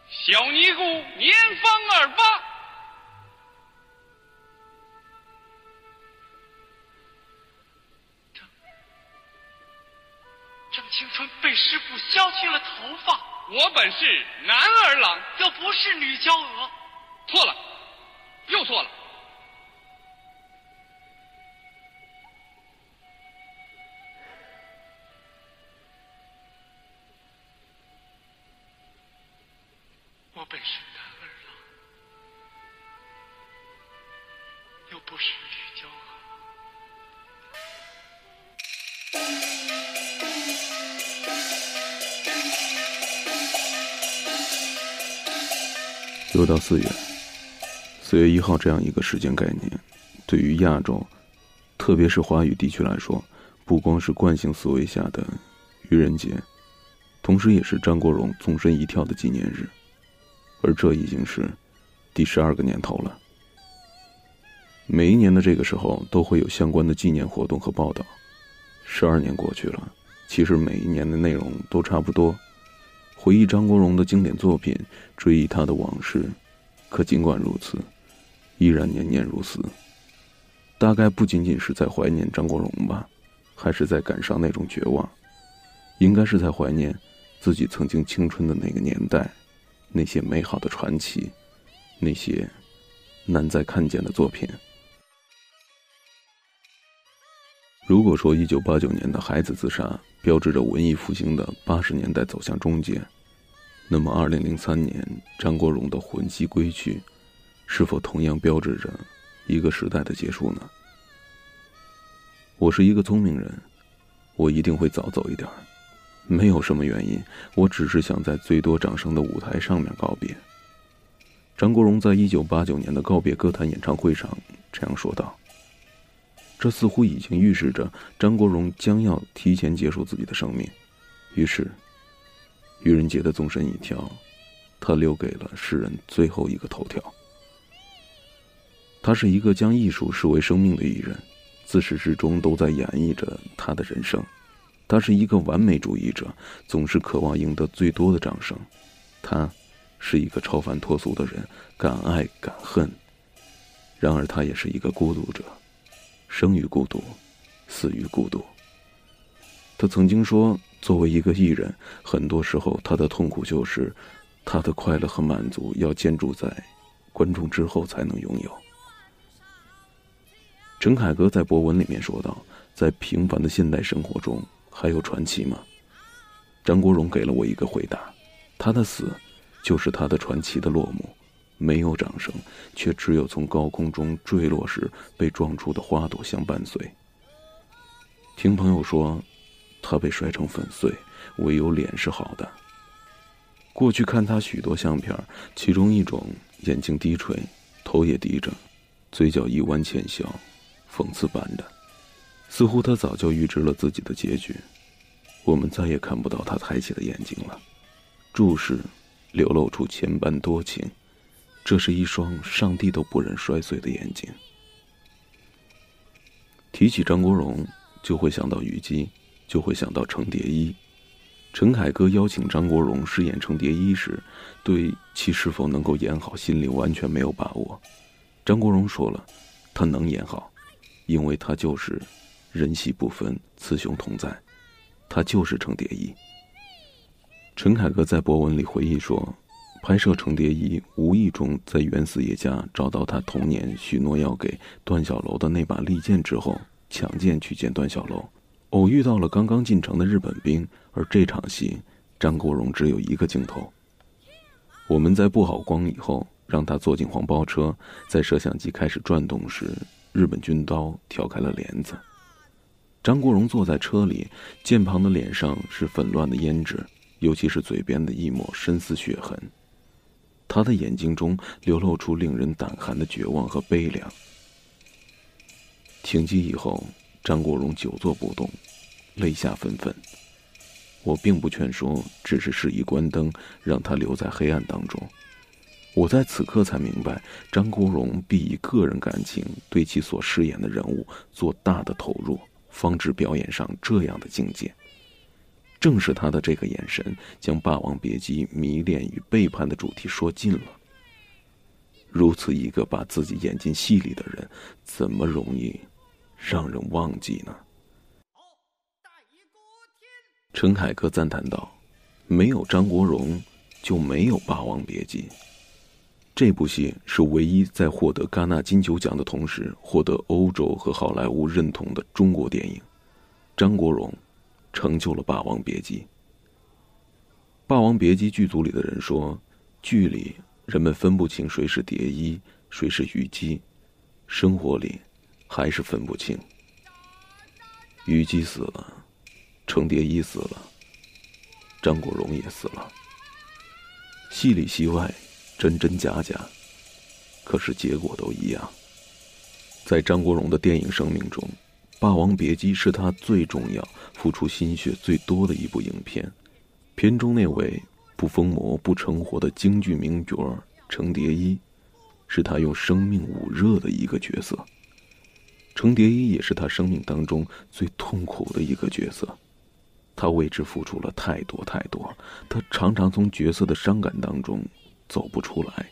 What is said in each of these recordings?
小尼姑年方28， 郑青春被师傅削去了头发。 我本是男儿郎， 又不是女娇娥。 错了，又错了。 我本是男儿郎，又不是女娇娥。 又到4月1号这样一个时间概念，对于亚洲，特别是华语地区来说，不光是惯性思维下的愚人节，同时也是张国荣纵身一跳的纪念日，而这已经是第12个年头了。每一年的这个时候都会有相关的纪念活动和报道。12年过去了，其实每一年的内容都差不多，回忆张国荣的经典作品，追忆他的往事，可尽管如此，依然年年如斯。大概不仅仅是在怀念张国荣吧，还是在感伤那种绝望，应该是在怀念自己曾经青春的那个年代，那些美好的传奇，那些难再看见的作品。如果说1989年的孩子自杀标志着文艺复兴的80年代走向终结，那么2003年张国荣的魂兮归去，是否同样标志着一个时代的结束呢？我是一个聪明人，我一定会早走一点，没有什么原因，我只是想在最多掌声的舞台上面告别。张国荣在1989年的告别歌坛演唱会上这样说道，这似乎已经预示着张国荣将要提前结束自己的生命。于是愚人节的纵身一跳，他留给了世人最后一个头条。他是一个将艺术视为生命的艺人，自始至终都在演绎着他的人生。他是一个完美主义者，总是渴望赢得最多的掌声。他是一个超凡脱俗的人，敢爱敢恨。然而他也是一个孤独者，生于孤独，死于孤独。他曾经说，作为一个艺人，很多时候他的痛苦就是他的快乐和满足要建筑在观众之后才能拥有。陈凯歌在博文里面说道，在平凡的现代生活中还有传奇吗？张国荣给了我一个回答，他的死就是他的传奇的落幕，没有掌声，却只有从高空中坠落时被撞出的花朵相伴随。听朋友说，他被摔成粉碎，唯有脸是好的。过去看他许多相片，其中一种眼睛低垂，头也低着，嘴角一弯浅笑，讽刺般的，似乎他早就预知了自己的结局。我们再也看不到他抬起的眼睛了，注视流露出千般多情，这是一双上帝都不忍摔碎的眼睛。提起张国荣，就会想到虞姬，就会想到程蝶衣。陈凯歌邀请张国荣饰演程蝶衣时，对其是否能够演好心里完全没有把握。张国荣说了，他能演好，因为他就是人戏不分，雌雄同在，他就是程蝶衣。陈凯歌在博文里回忆说，拍摄程蝶衣无意中在袁四爷家找到他童年许诺要给段小楼的那把利剑之后，抢剑去见段小楼，偶遇到了刚刚进城的日本兵，而这场戏张国荣只有一个镜头。我们在布好光以后，让他坐进黄包车，在摄像机开始转动时，日本军刀挑开了帘子。张国荣坐在车里，剑旁的脸上是纷乱的胭脂，尤其是嘴边的一抹深似血痕。他的眼睛中流露出令人胆寒的绝望和悲凉。停机以后，张国荣久坐不动，泪下纷纷。我并不劝说，只是示意关灯，让他留在黑暗当中。我在此刻才明白，张国荣必以个人感情对其所饰演的人物做大的投入，方至表演上这样的境界。 正是他的这个眼神，将《霸王别姬》迷恋与背叛的主题说尽了。如此一个把自己演进戏里的人，怎么容易让人忘记呢？陈凯歌赞叹道：“没有张国荣，就没有《霸王别姬》。”这部戏是唯一在获得戛纳金球奖的同时，获得欧洲和好莱坞认同的中国电影。张国荣成就了《霸王别姬》。《霸王别姬》剧组里的人说，剧里人们分不清谁是蝶衣，谁是虞姬，生活里还是分不清。虞姬死了，程蝶衣死了，张国荣也死了。戏里戏外，真真假假，可是结果都一样。在张国荣的电影生命中，《霸王别姬》是他最重要、付出心血最多的一部影片。片中那位不疯魔不成活的京剧名角程蝶衣，是他用生命捂热的一个角色。程蝶衣也是他生命当中最痛苦的一个角色，他为之付出了太多太多，他常常从角色的伤感当中走不出来。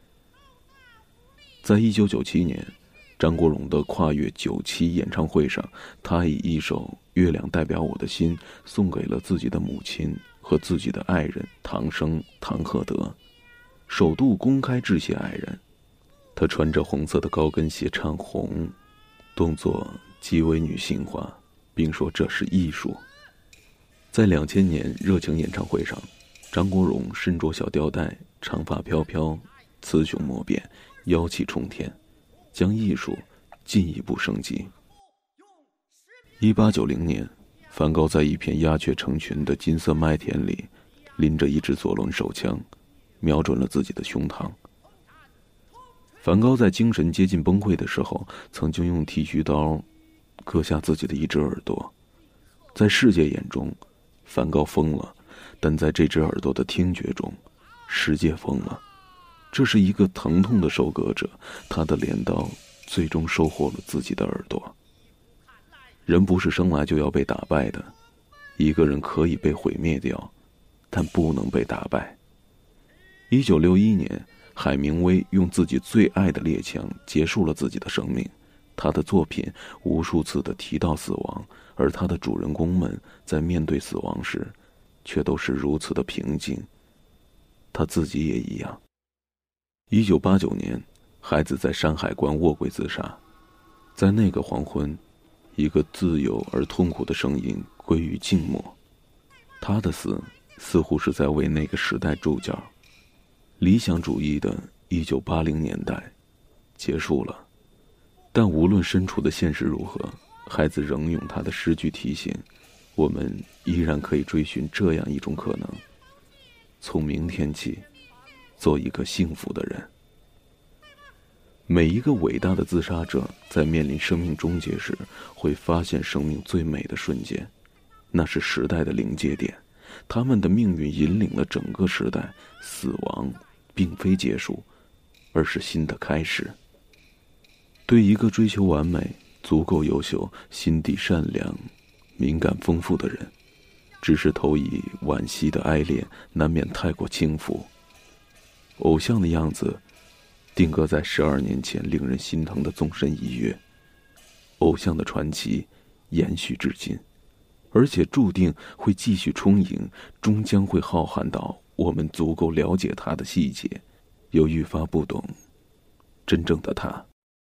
在1997年张国荣的跨越9期演唱会上，他以一首《月亮代表我的心》送给了自己的母亲和自己的爱人唐生唐鹤德，首度公开致谢爱人。他穿着红色的高跟鞋唱红，动作极为女性化，并说这是艺术。在2000年热情演唱会上，张国荣身着小吊带，长发飘飘，雌雄莫辨，妖气冲天，将艺术进一步升级。1890年，梵高在一片鸦雀成群的金色麦田里，拎着一支左轮手枪，瞄准了自己的胸膛。梵高在精神接近崩溃的时候，曾经用剃须刀割下自己的一只耳朵。在世界眼中，梵高疯了，但在这只耳朵的听觉中，世界疯了。这是一个疼痛的收割者，他的镰刀最终收获了自己的耳朵。人不是生来就要被打败的，一个人可以被毁灭掉，但不能被打败。1961年，海明威用自己最爱的猎枪结束了自己的生命。他的作品无数次地提到死亡，而他的主人公们在面对死亡时，却都是如此的平静。他自己也一样。1989年，孩子在山海关卧轨自杀。在那个黄昏，一个自由而痛苦的声音归于静默。他的死似乎是在为那个时代注脚。理想主义的1980年代结束了，但无论身处的现实如何，孩子仍用他的诗句提醒我们，依然可以追寻这样一种可能：从明天起，做一个幸福的人。每一个伟大的自杀者在面临生命终结时，会发现生命最美的瞬间，那是时代的临界点。他们的命运引领了整个时代，死亡并非结束，而是新的开始。对一个追求完美、足够优秀、心地善良、敏感丰富的人，只是投以惋惜的爱恋，难免太过轻浮。偶像的样子定格在12年前令人心疼的纵身一跃，偶像的传奇延续至今，而且注定会继续充盈，终将会浩瀚到我们足够了解他的细节，又愈发不懂真正的他。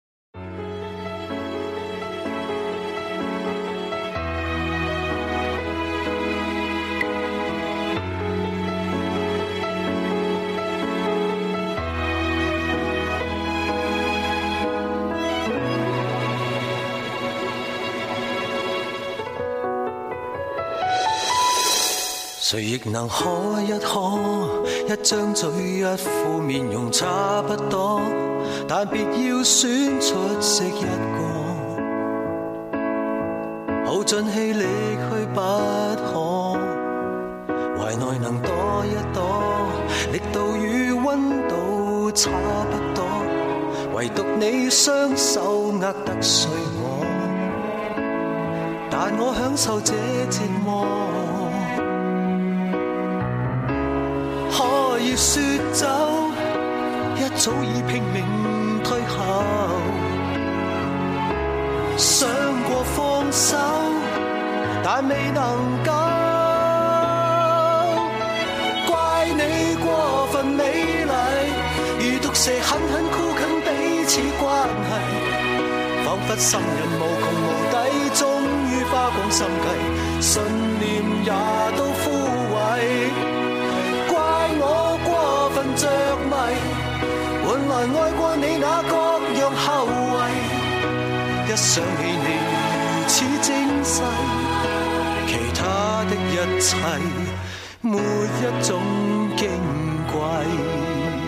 谁亦能可一可，一张嘴一副面容差不多，但别要选出色一个，耗尽气力去不可，怀内能多一朵，力度与温度差不多，唯独你双手握得碎我，但我享受这折磨。 說走，一早已拼命退後，想過放手，但未能夠。怪你過分美麗，如毒蛇狠狠箍緊彼此關係，彷彿心人無窮無底，終於花光心計，信念也都枯萎。怪我過分着迷，換來愛過你那各樣後遺。一想起你如此精細，其他的一切沒一種矜貴。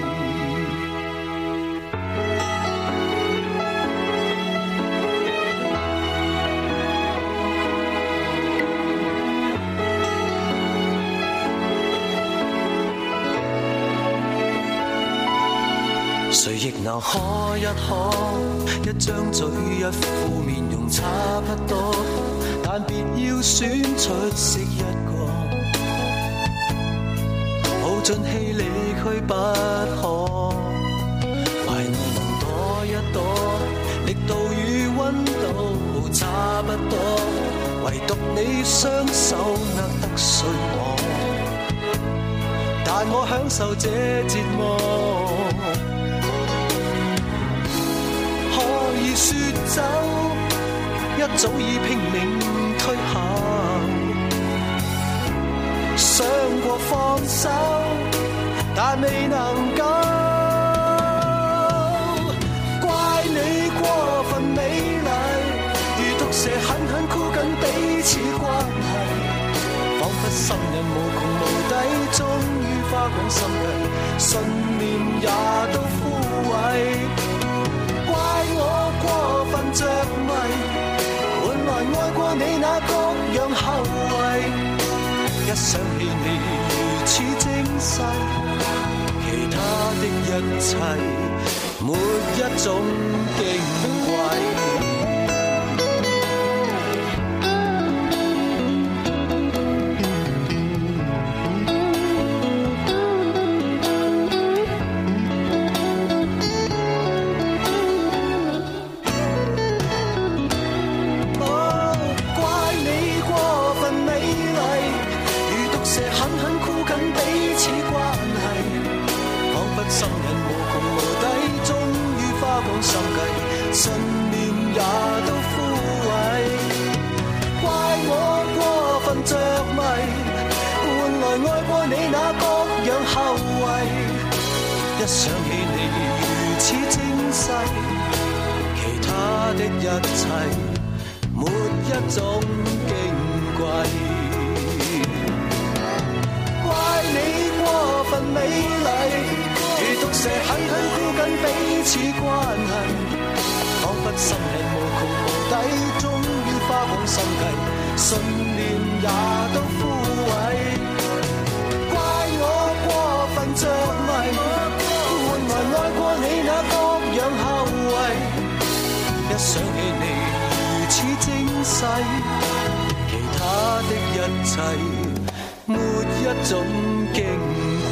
誰亦能可一可，一張嘴一副面容差不多，但別要選出色一個，耗盡氣力去不可。懷內能躲一躲，力度與溫度差不多，唯獨你雙手握得碎我，但我享受這折磨。說走，一早已拼命退後，想過放手，但未能夠。怪你過分美麗，如毒蛇狠狠箍緊彼此關係，彷彿心人無窮無底，終於花光心計，信念也都枯萎。我過分着迷，換來愛過你那各樣後遺。一想起你如此精細，其他的一切沒一種矜貴。心人無窮無底，終於花光心計，信念也都枯萎。怪我過分着迷，換來愛過你那各樣後遺。一想起你如此精細，其他的一切沒一種矜貴。怪你過分美麗，如毒蛇狠狠箍緊彼此關係，彷彿心人無窮無底，終於花光心計，信念也都枯萎。怪我過分着迷，換來愛過你那各樣後遺。一想起你如此精細，其他的一切沒一種矜貴。